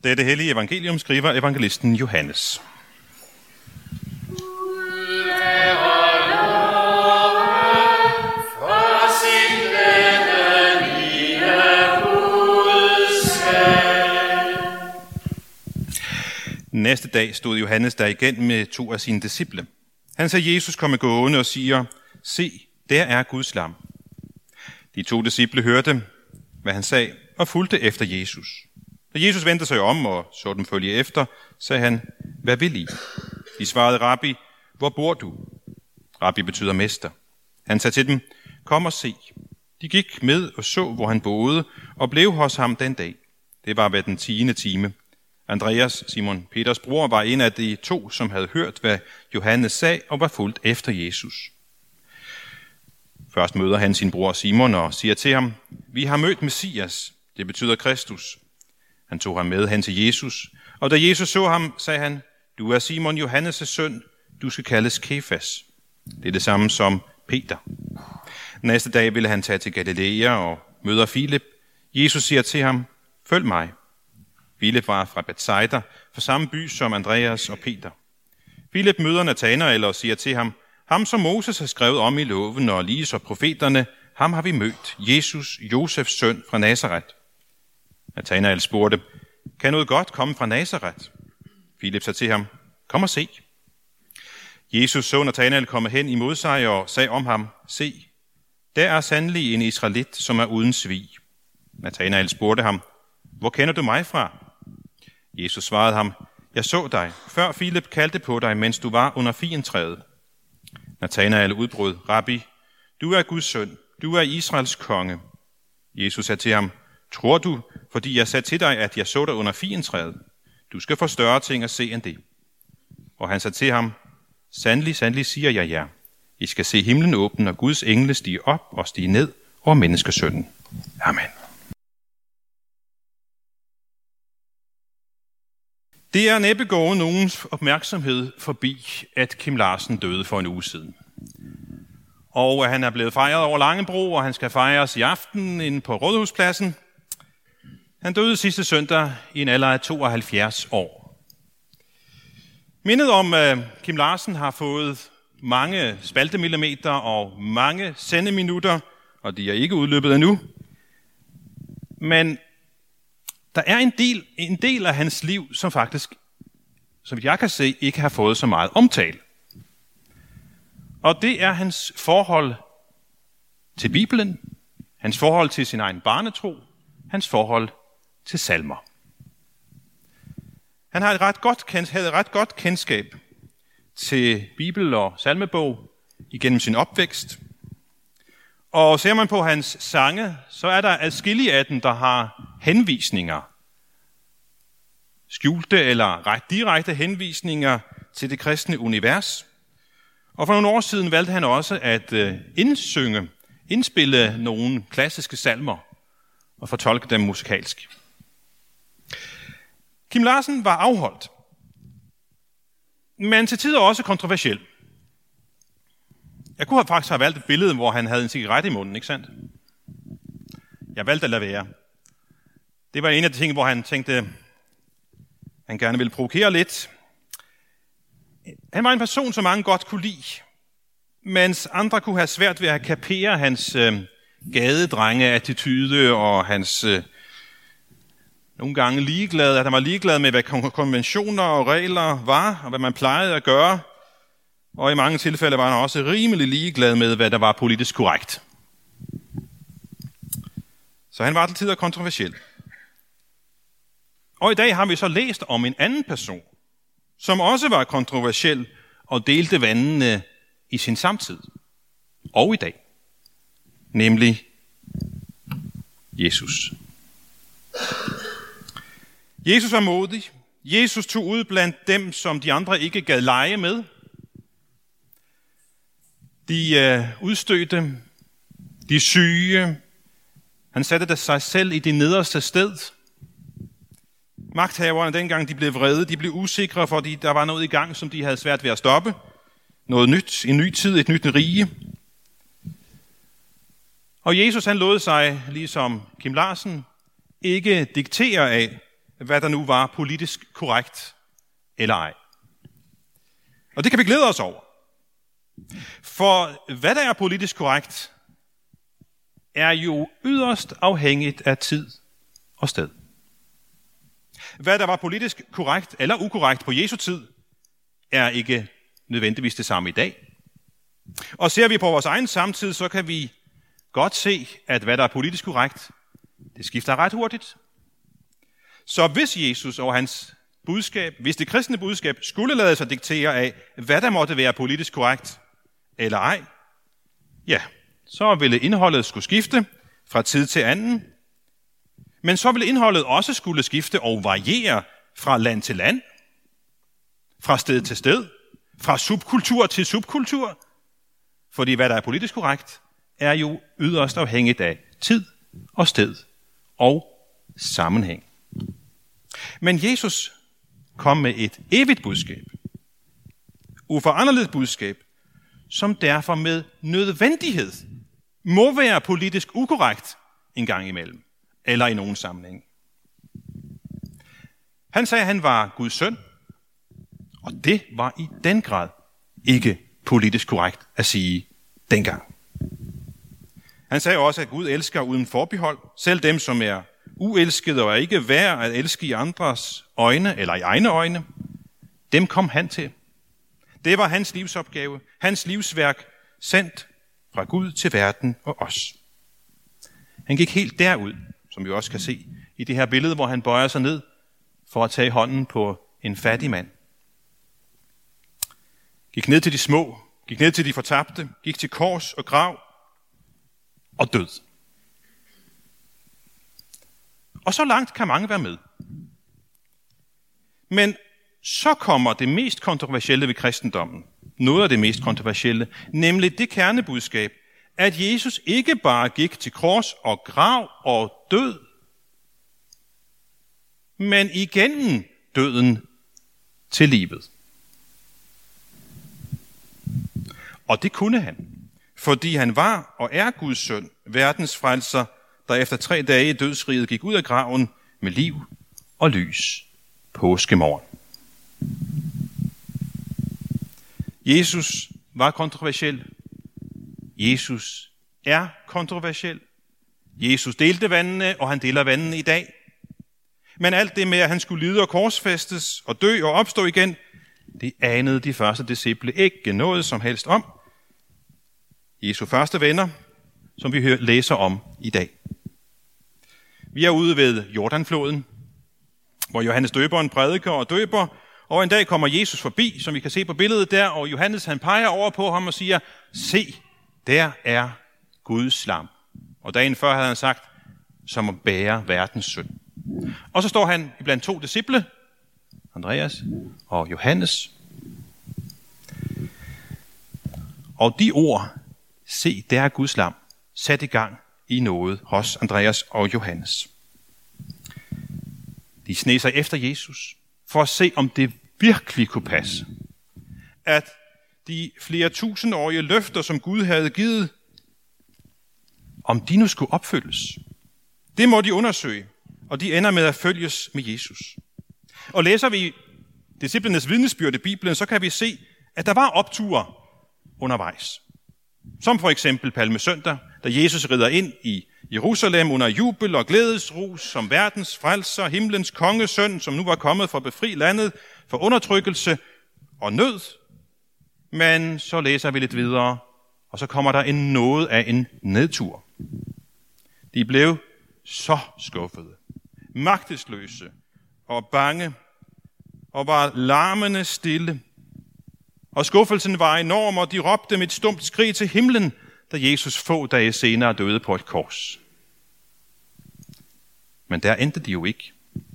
Dette hellige evangelium skriver evangelisten Johannes. Næste dag stod Johannes der igen med 2 af sine disciple. Han ser Jesus komme gående og siger, se, der er Guds lam. De 2 disciple hørte, hvad han sagde, og fulgte efter Jesus. Da Jesus vendte sig om og så dem følge efter, sagde han, hvad vil I? De svarede, Rabbi, hvor bor du? Rabbi betyder mester. Han sagde til dem, kom og se. De gik med og så, hvor han boede, og blev hos ham den dag. Det var ved den 10. time. Andreas, Simon Peters bror, var en af de 2, som havde hørt, hvad Johannes sagde, og var fulgt efter Jesus. Først møder han sin bror Simon og siger til ham, vi har mødt Messias, det betyder Kristus. Han tog ham med hen til Jesus, og da Jesus så ham, sagde han, du er Simon Johannes' søn, du skal kaldes Kefas. Det er det samme som Peter. Næste dag ville han tage til Galilea og møder Filip. Jesus siger til ham, følg mig. Filip var fra Bethsaida, fra samme by som Andreas og Peter. Filip møder Nathanael og siger til ham, ham som Moses har skrevet om i loven og lige så profeterne, ham har vi mødt, Jesus, Josefs søn fra Nazaret. Nathanael spurgte, kan noget godt komme fra Nazaret? Filip sagde til ham, kom og se. Jesus så Nathanael komme hen imod sig og sagde om ham, se, der er sandelig en israelit, som er uden svig. Nathanael spurgte ham, hvor kender du mig fra? Jesus svarede ham, jeg så dig, før Filip kaldte på dig, mens du var under figentræet. Nathanael udbrød, Rabbi, du er Guds søn, du er Israels konge. Jesus sagde til ham, tror du, fordi jeg sagde til dig, at jeg så dig under figentræet? Du skal få større ting at se end det. Og han sagde til ham, sandelig, sandelig siger jeg jer. I skal se himlen åbne, og Guds engle stige op og stige ned over menneskesønnen. Amen. Det er næppe gået nogens opmærksomhed forbi, at Kim Larsen døde for en uge siden. Og han er blevet fejret over Langebro, og han skal fejres i aften inde på Rådhuspladsen. Han døde sidste søndag i en alder af 72 år. Mindet om Kim Larsen har fået mange spaltemillimeter og mange sendeminutter, og de er ikke udløbet endnu. Men der er en del af hans liv, som faktisk, som jeg kan se, ikke har fået så meget omtale. Og det er hans forhold til Bibelen, hans forhold til sin egen barnetro, hans forhold til salmer. Han havde ret godt kendskab til Bibel og salmebog igennem sin opvækst. Og ser man på hans sange, så er der adskillige af dem, der har henvisninger. Skjulte eller ret direkte henvisninger til det kristne univers. Og for nogle år siden valgte han også at indspille nogle klassiske salmer og fortolke dem musikalsk. Kim Larsen var afholdt, men til tider også kontroversiel. Jeg kunne faktisk have valgt et billede, hvor han havde en cigaret i munden, ikke sandt? Jeg valgte at lade være. Det var en af de ting, hvor han tænkte, han gerne ville provokere lidt. Han var en person, som mange godt kunne lide, mens andre kunne have svært ved at kapere hans gadedrenge-attitude og hans nogle gange ligeglad, at han var ligeglad med, hvad konventioner og regler var, og hvad man plejede at gøre. Og i mange tilfælde var han også rimelig ligeglad med, hvad der var politisk korrekt. Så han var til tider kontroversiel. Og i dag har vi så læst om en anden person, som også var kontroversiel og delte vandene i sin samtid. Og i dag. Nemlig Jesus. Jesus var modig. Jesus tog ud blandt dem, som de andre ikke gad lege med. De udstødte, de syge. Han satte sig selv i det nederste sted. Magthaverne dengang, de blev vrede, de blev usikre, fordi der var noget i gang, som de havde svært ved at stoppe. Noget nyt, en ny tid, et nyt rige. Og Jesus han lod sig, ligesom Kim Larsen, ikke diktere af, hvad der nu var politisk korrekt eller ej. Og det kan vi glæde os over. For hvad der er politisk korrekt, er jo yderst afhængigt af tid og sted. Hvad der var politisk korrekt eller ukorrekt på Jesu tid, er ikke nødvendigvis det samme i dag. Og ser vi på vores egen samtid, så kan vi godt se, at hvad der er politisk korrekt, det skifter ret hurtigt. Så hvis Jesus og hans budskab, hvis det kristne budskab skulle lade sig diktere af, hvad der måtte være politisk korrekt eller ej, ja, så ville indholdet skulle skifte fra tid til anden. Men så ville indholdet også skulle skifte og variere fra land til land, fra sted til sted, fra subkultur til subkultur. Fordi hvad der er politisk korrekt, er jo yderst afhængigt af tid og sted og sammenhæng. Men Jesus kom med et evigt budskab, uforanderligt budskab, som derfor med nødvendighed må være politisk ukorrekt en gang imellem, eller i nogen sammenhæng. Han sagde, at han var Guds søn, og det var i den grad ikke politisk korrekt at sige dengang. Han sagde også, at Gud elsker uden forbehold, selv dem, som er uelskede og er ikke værd at elske i andres øjne eller i egne øjne. Dem kom han til. Det var hans livsopgave, hans livsværk, sendt fra Gud til verden og os. Han gik helt derud, som vi også kan se i det her billede, hvor han bøjer sig ned for at tage hånden på en fattig mand. Gik ned til de små, gik ned til de fortabte, gik til kors og grav og død. Og så langt kan mange være med. Men så kommer det mest kontroversielle ved kristendommen, noget af det mest kontroversielle, nemlig det kernebudskab, at Jesus ikke bare gik til kors og grav og død, men igennem døden til livet. Og det kunne han, fordi han var og er Guds søn, verdens frelser, der efter 3 dage i dødsriget gik ud af graven med liv og lys påskemorgen. Jesus var kontroversiel. Jesus er kontroversiel. Jesus delte vandene, og han deler vandene i dag. Men alt det med, at han skulle lide og korsfæstes og dø og opstå igen, det anede de første disciple ikke noget som helst om. Jesu første venner, som vi læser om i dag. Vi er ude ved Jordanfloden, hvor Johannes døberen prædiker og døber, og en dag kommer Jesus forbi, som vi kan se på billedet der, og Johannes han peger over på ham og siger, se, der er Guds lam. Og dagen før havde han sagt, som at bære verdens synd. Og så står han blandt 2 disciple, Andreas og Johannes. Og de ord, se, der er Guds lam, sat i gang i noget hos Andreas og Johannes. De sneg sig efter Jesus, for at se, om det virkelig kunne passe, at de flere tusindårige løfter, som Gud havde givet, om de nu skulle opfyldes. Det må de undersøge, og de ender med at følges med Jesus. Og læser vi disciplenes vidnesbyrd i Bibelen, så kan vi se, at der var opture undervejs. Som for eksempel Palmesøndag, da Jesus rider ind i Jerusalem under jubel og glædesrus som verdens frelser, himlens kongesøn, som nu var kommet for at befri landet for undertrykkelse og nød. Men så læser vi lidt videre, og så kommer der noget af en nedtur. De blev så skuffede, magtesløse og bange, og var larmende stille. Og skuffelsen var enorm, og de råbte med et stumt skrig til himlen, da Jesus få dage senere døde på et kors. Men der endte de jo ikke.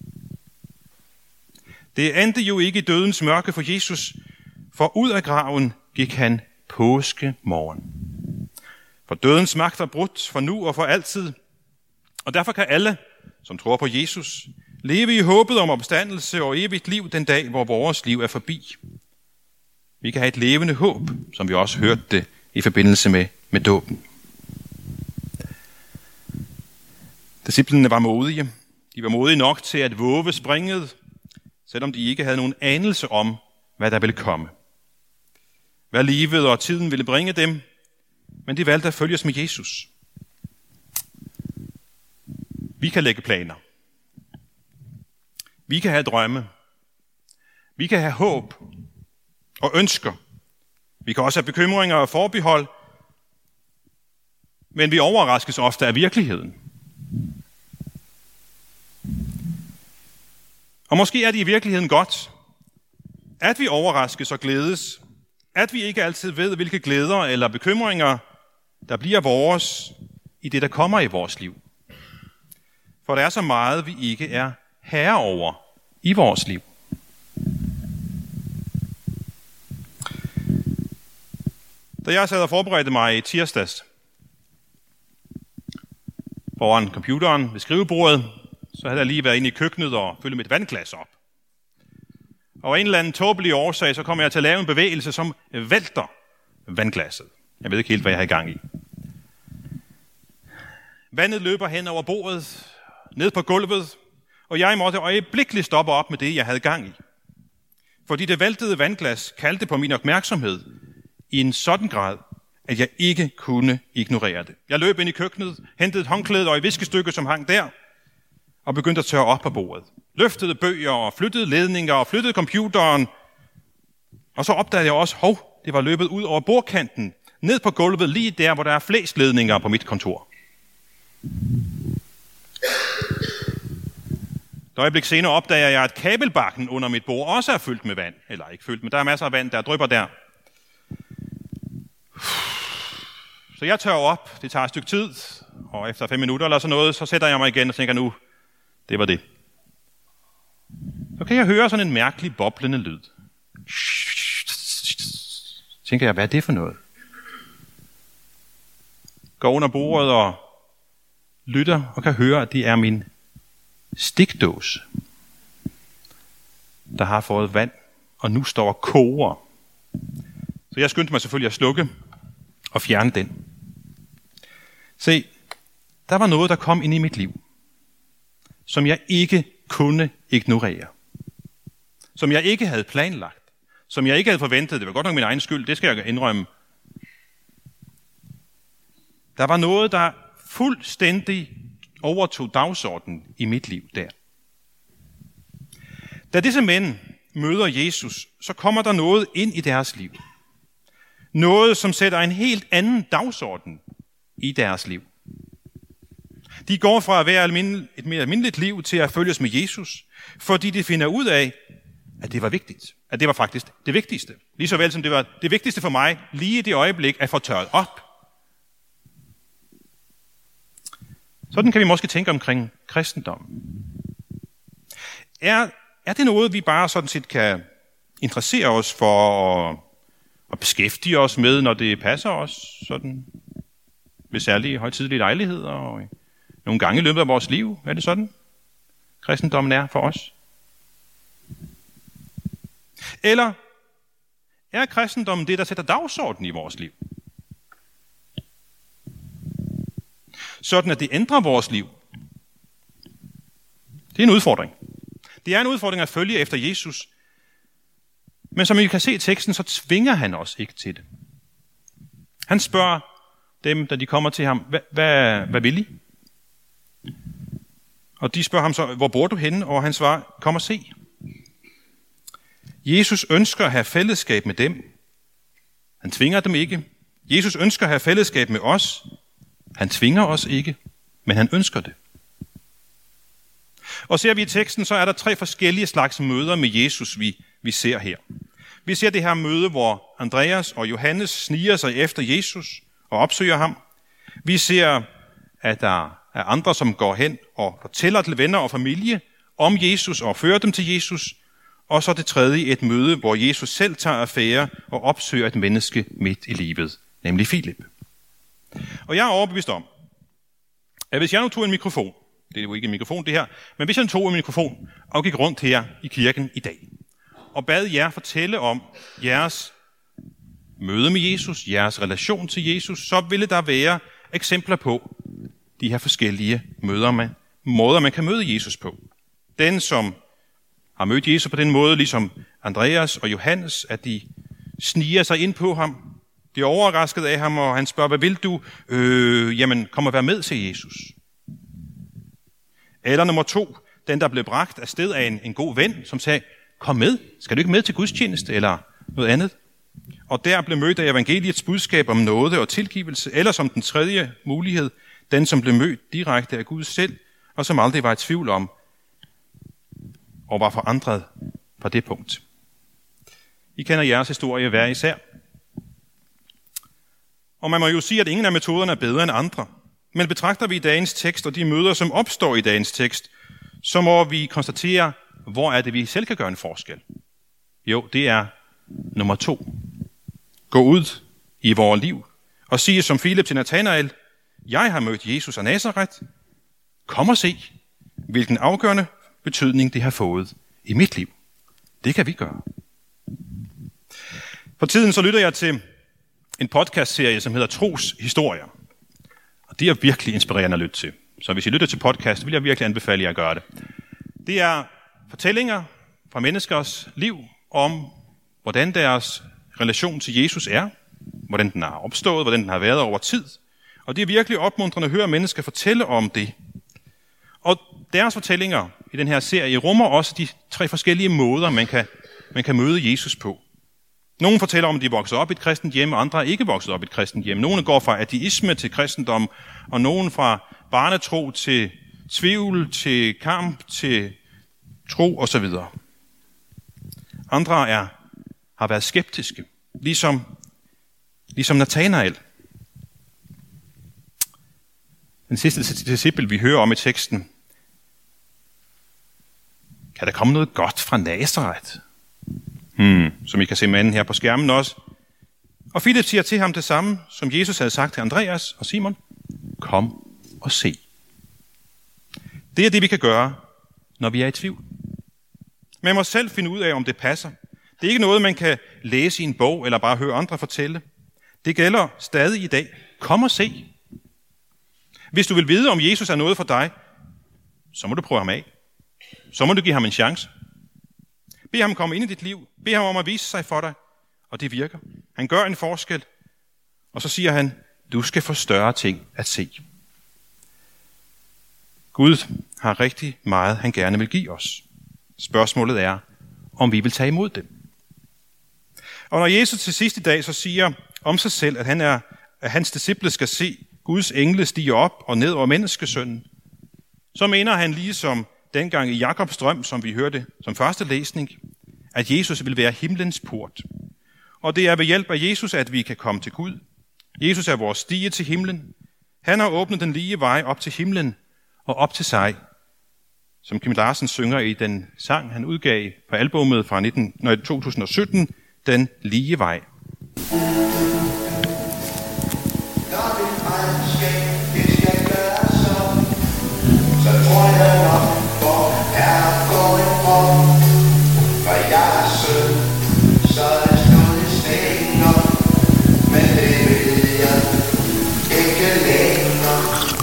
Det endte jo ikke i dødens mørke for Jesus, for ud af graven gik han påskemorgen. For dødens magt er brudt for nu og for altid, og derfor kan alle, som tror på Jesus, leve i håbet om opstandelse og evigt liv den dag, hvor vores liv er forbi. Vi kan have et levende håb, som vi også hørte det i forbindelse med dåben. Disciplene var modige. De var modige nok til at vove springet, selvom de ikke havde nogen anelse om, hvad der ville komme. Hvad livet og tiden ville bringe dem, men de valgte at følges med Jesus. Vi kan lægge planer. Vi kan have drømme. Vi kan have håb og ønsker. Vi kan også have bekymringer og forbehold, men vi overraskes ofte af virkeligheden. Og måske er det i virkeligheden godt, at vi overraskes og glædes, at vi ikke altid ved, hvilke glæder eller bekymringer, der bliver vores i det, der kommer i vores liv. For der er så meget, vi ikke er herre over i vores liv. Da jeg sad og forberedte mig i tirsdags foran computeren ved skrivebordet, så havde jeg lige været inde i køkkenet og fyldt mit vandglas op. Og af en eller anden tåbelig årsag, så kom jeg til at lave en bevægelse, som vælter vandglasset. Jeg ved ikke helt, hvad jeg har i gang i. Vandet løber hen over bordet, ned på gulvet, og jeg måtte øjeblikkeligt stoppe op med det, jeg havde gang i. Fordi det væltede vandglas kaldte på min opmærksomhed i en sådan grad, at jeg ikke kunne ignorere det. Jeg løb ind i køkkenet, hentede et håndklæde og et viskestykke, som hang der, og begyndte at tørre op på bordet. Løftede bøger og flyttede ledninger og flyttede computeren. Og så opdagede jeg også, det var løbet ud over bordkanten, ned på gulvet, lige der, hvor der er flest ledninger på mit kontor. Et øjeblik senere opdager jeg, at kabelbakken under mit bord også er fyldt med vand. Eller ikke fyldt, men der er masser af vand, der drypper der. Så jeg tørrer op, det tager et stykke tid, og efter 5 minutter eller sådan noget, så sætter jeg mig igen og tænker nu, det var det. Så kan jeg høre sådan en mærkelig boblende lyd. Tænker jeg, hvad er det for noget? Går under bordet og lytter og kan høre, at det er min stikdåse, der har fået vand, og nu står og koger. Så jeg skyndte mig selvfølgelig at slukke og fjerne den. Se, der var noget, der kom ind i mit liv, som jeg ikke kunne ignorere. Som jeg ikke havde planlagt. Som jeg ikke havde forventet. Det var godt nok min egen skyld, det skal jeg indrømme. Der var noget, der fuldstændig overtog dagsordenen i mit liv der. Da disse mænd møder Jesus, så kommer der noget ind i deres liv. Noget, som sætter en helt anden dagsorden i deres liv. De går fra at være et mere almindeligt liv til at følges med Jesus, fordi de finder ud af, at det var vigtigt. At det var faktisk det vigtigste. Lige så vel som det var det vigtigste for mig, lige i det øjeblik at få tørret op. Sådan kan vi måske tænke omkring kristendom. Er det noget, vi bare sådan set kan interessere os for at beskæftige os med, når det passer os, sådan ved særlige højtidelige lejligheder og nogle gange i løbet af vores liv? Er det sådan, kristendommen er for os? Eller er kristendommen det, der sætter dagsordenen i vores liv? Sådan at det ændrer vores liv. Det er en udfordring. Det er en udfordring at følge efter Jesus. Men som I kan se i teksten, så tvinger han os ikke til det. Han spørger dem, da de kommer til ham, hvad vil I? Og de spørger ham så, hvor bor du henne? Og han svarer, kom og se. Jesus ønsker at have fællesskab med dem. Han tvinger dem ikke. Jesus ønsker at have fællesskab med os. Han tvinger os ikke, men han ønsker det. Og ser vi i teksten, så er der 3 forskellige slags møder med Jesus, vi ser her. Vi ser det her møde, hvor Andreas og Johannes sniger sig efter Jesus og opsøger ham. Vi ser, at der er andre, som går hen og fortæller til venner og familie om Jesus og fører dem til Jesus. Og så det tredje, et møde, hvor Jesus selv tager affære og opsøger et menneske midt i livet, nemlig Filip. Og jeg er overbevist om, at hvis jeg nu tog en mikrofon, det er jo ikke en mikrofon det her, men hvis jeg tog en mikrofon og gik rundt her i kirken i dag, og bad jer fortælle om jeres møde med Jesus, jeres relation til Jesus, så ville der være eksempler på de her forskellige møder måder, man kan møde Jesus på. Den, som har mødt Jesus på den måde, ligesom Andreas og Johannes, at de sniger sig ind på ham. De er overrasket af ham, og han spørger, hvad vil du? Jamen, kom og vær med til Jesus. Eller nummer 2, den, der blev bragt afsted af en god ven, som sagde, kom med, skal du ikke med til gudstjeneste, eller noget andet? Og der blev mødt af evangeliets budskab om nåde og tilgivelse, eller som den 3. mulighed, den, som blev mødt direkte af Gud selv, og som aldrig var i tvivl om, og var forandret på det punkt. I kender jeres historie hver især. Og man må jo sige, at ingen af metoderne er bedre end andre. Men betragter vi dagens tekst og de møder, som opstår i dagens tekst, så må vi konstatere, hvor er det, vi selv kan gøre en forskel. Jo, det er nummer 2. Gå ud i vores liv og sige som Filip til Nathanael, jeg har mødt Jesus af Nazaret. Kom og se, hvilken afgørende betydning det har fået i mit liv. Det kan vi gøre. For tiden så lytter jeg til en podcastserie, som hedder Tros Historier. Og det er virkelig inspirerende at lytte til. Så hvis I lytter til podcast, vil jeg virkelig anbefale jer at gøre det. Det er fortællinger fra menneskers liv om, hvordan deres relation til Jesus er, hvordan den har opstået, hvordan den har været over tid. Og det er virkelig opmuntrende at høre mennesker fortælle om det. Og deres fortællinger i den her serie rummer også de 3 forskellige måder, man kan møde Jesus på. Nogle fortæller om, at de vokser op i et kristent hjem, og andre er ikke vokset op i et kristent hjem. Nogle går fra ateisme til kristendom, og nogle fra barnetro til tvivl, til kamp, til tro osv. Andre har været skeptiske, ligesom Nathanael. Den sidste disciple, vi hører om i teksten. Kan der komme noget godt fra Nazaret? Som I kan se manden her på skærmen også. Og Filip siger til ham det samme, som Jesus havde sagt til Andreas og Simon. Kom og se. Det er det, vi kan gøre, når vi er i tvivl. Man må selv finde ud af, om det passer. Det er ikke noget, man kan læse i en bog eller bare høre andre fortælle. Det gælder stadig i dag. Kom og se. Hvis du vil vide, om Jesus er noget for dig, så må du prøve ham af. Så må du give ham en chance. Bed ham komme ind i dit liv. Bed ham om at vise sig for dig. Og det virker. Han gør en forskel. Og så siger han, du skal få større ting at se. Gud har rigtig meget, han gerne vil give os. Spørgsmålet er, om vi vil tage imod det. Og når Jesus til sidst i dag så siger om sig selv, at hans disciple skal se Guds engle stige op og ned over menneskesønnen, så mener han ligesom dengang i Jakobs drøm, som vi hørte som første læsning, at Jesus vil være himlens port. Og det er ved hjælp af Jesus, at vi kan komme til Gud. Jesus er vores stige til himlen. Han har åbnet den lige vej op til himlen og op til sig, som Kim Larsen synger i den sang, han udgav på albumet fra 2017, Den lige vej. Så tror jeg nok, hvor er gået om. For jeg er sød, så er det stået i stener. Men det ved jeg ikke længere.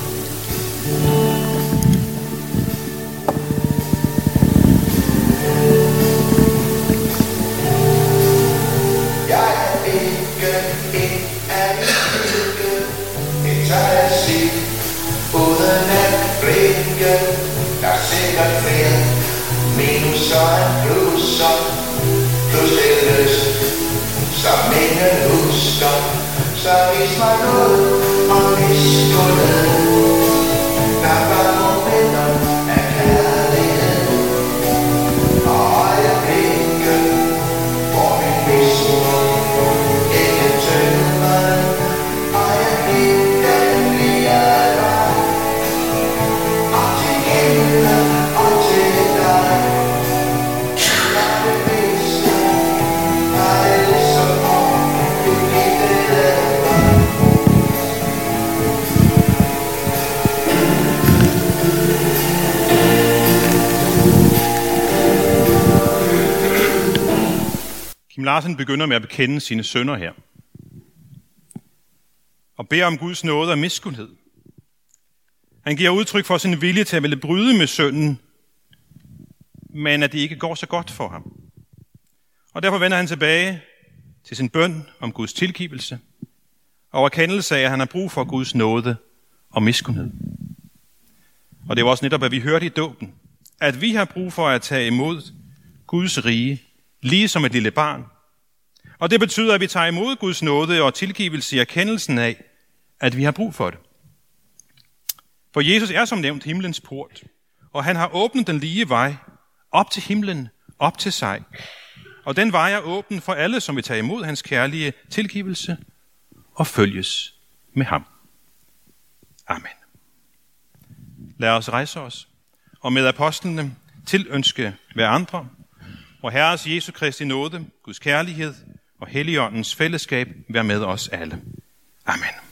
Jeg er ikke en af de skyldige. Det tør jeg sige, uden at blinke. Der er sikkert flere minuser og plusser, plus det løst, som ingen husker. Så vis mig noget om miskunnet. Der var momenter af kærlighed og øjeblikke, hvor min mismod ikke tyngede mig. Og jeg gik den lige dig, og til himlen og til dig. Jeg vil vise dig, at det er ligesom om vi gik det der. Kim Larsen begynder med at bekende sine synder her. Og beder om Guds nåde og miskunnhed. Han giver udtryk for sin vilje til at ville bryde med synden, men at det ikke går så godt for ham. Og derfor vender han tilbage til sin bøn om Guds tilgivelse og erkendelse af, at han har brug for Guds nåde og miskunnhed. Og det var også netop, hvad vi hørte i dåben, at vi har brug for at tage imod Guds rige, lige som et lille barn. Og det betyder, at vi tager imod Guds nåde og tilgivelse i erkendelsen af, at vi har brug for det. For Jesus er som nævnt himlens port, og han har åbnet den lige vej op til himlen, op til sig. Og den vej er åben for alle, som vil tage imod hans kærlige tilgivelse og følges med ham. Amen. Lad os rejse os og med apostlene tilønske hver andre, hvor Herres Jesu Kristi nåde, Guds kærlighed og Helligåndens fællesskab være med os alle. Amen.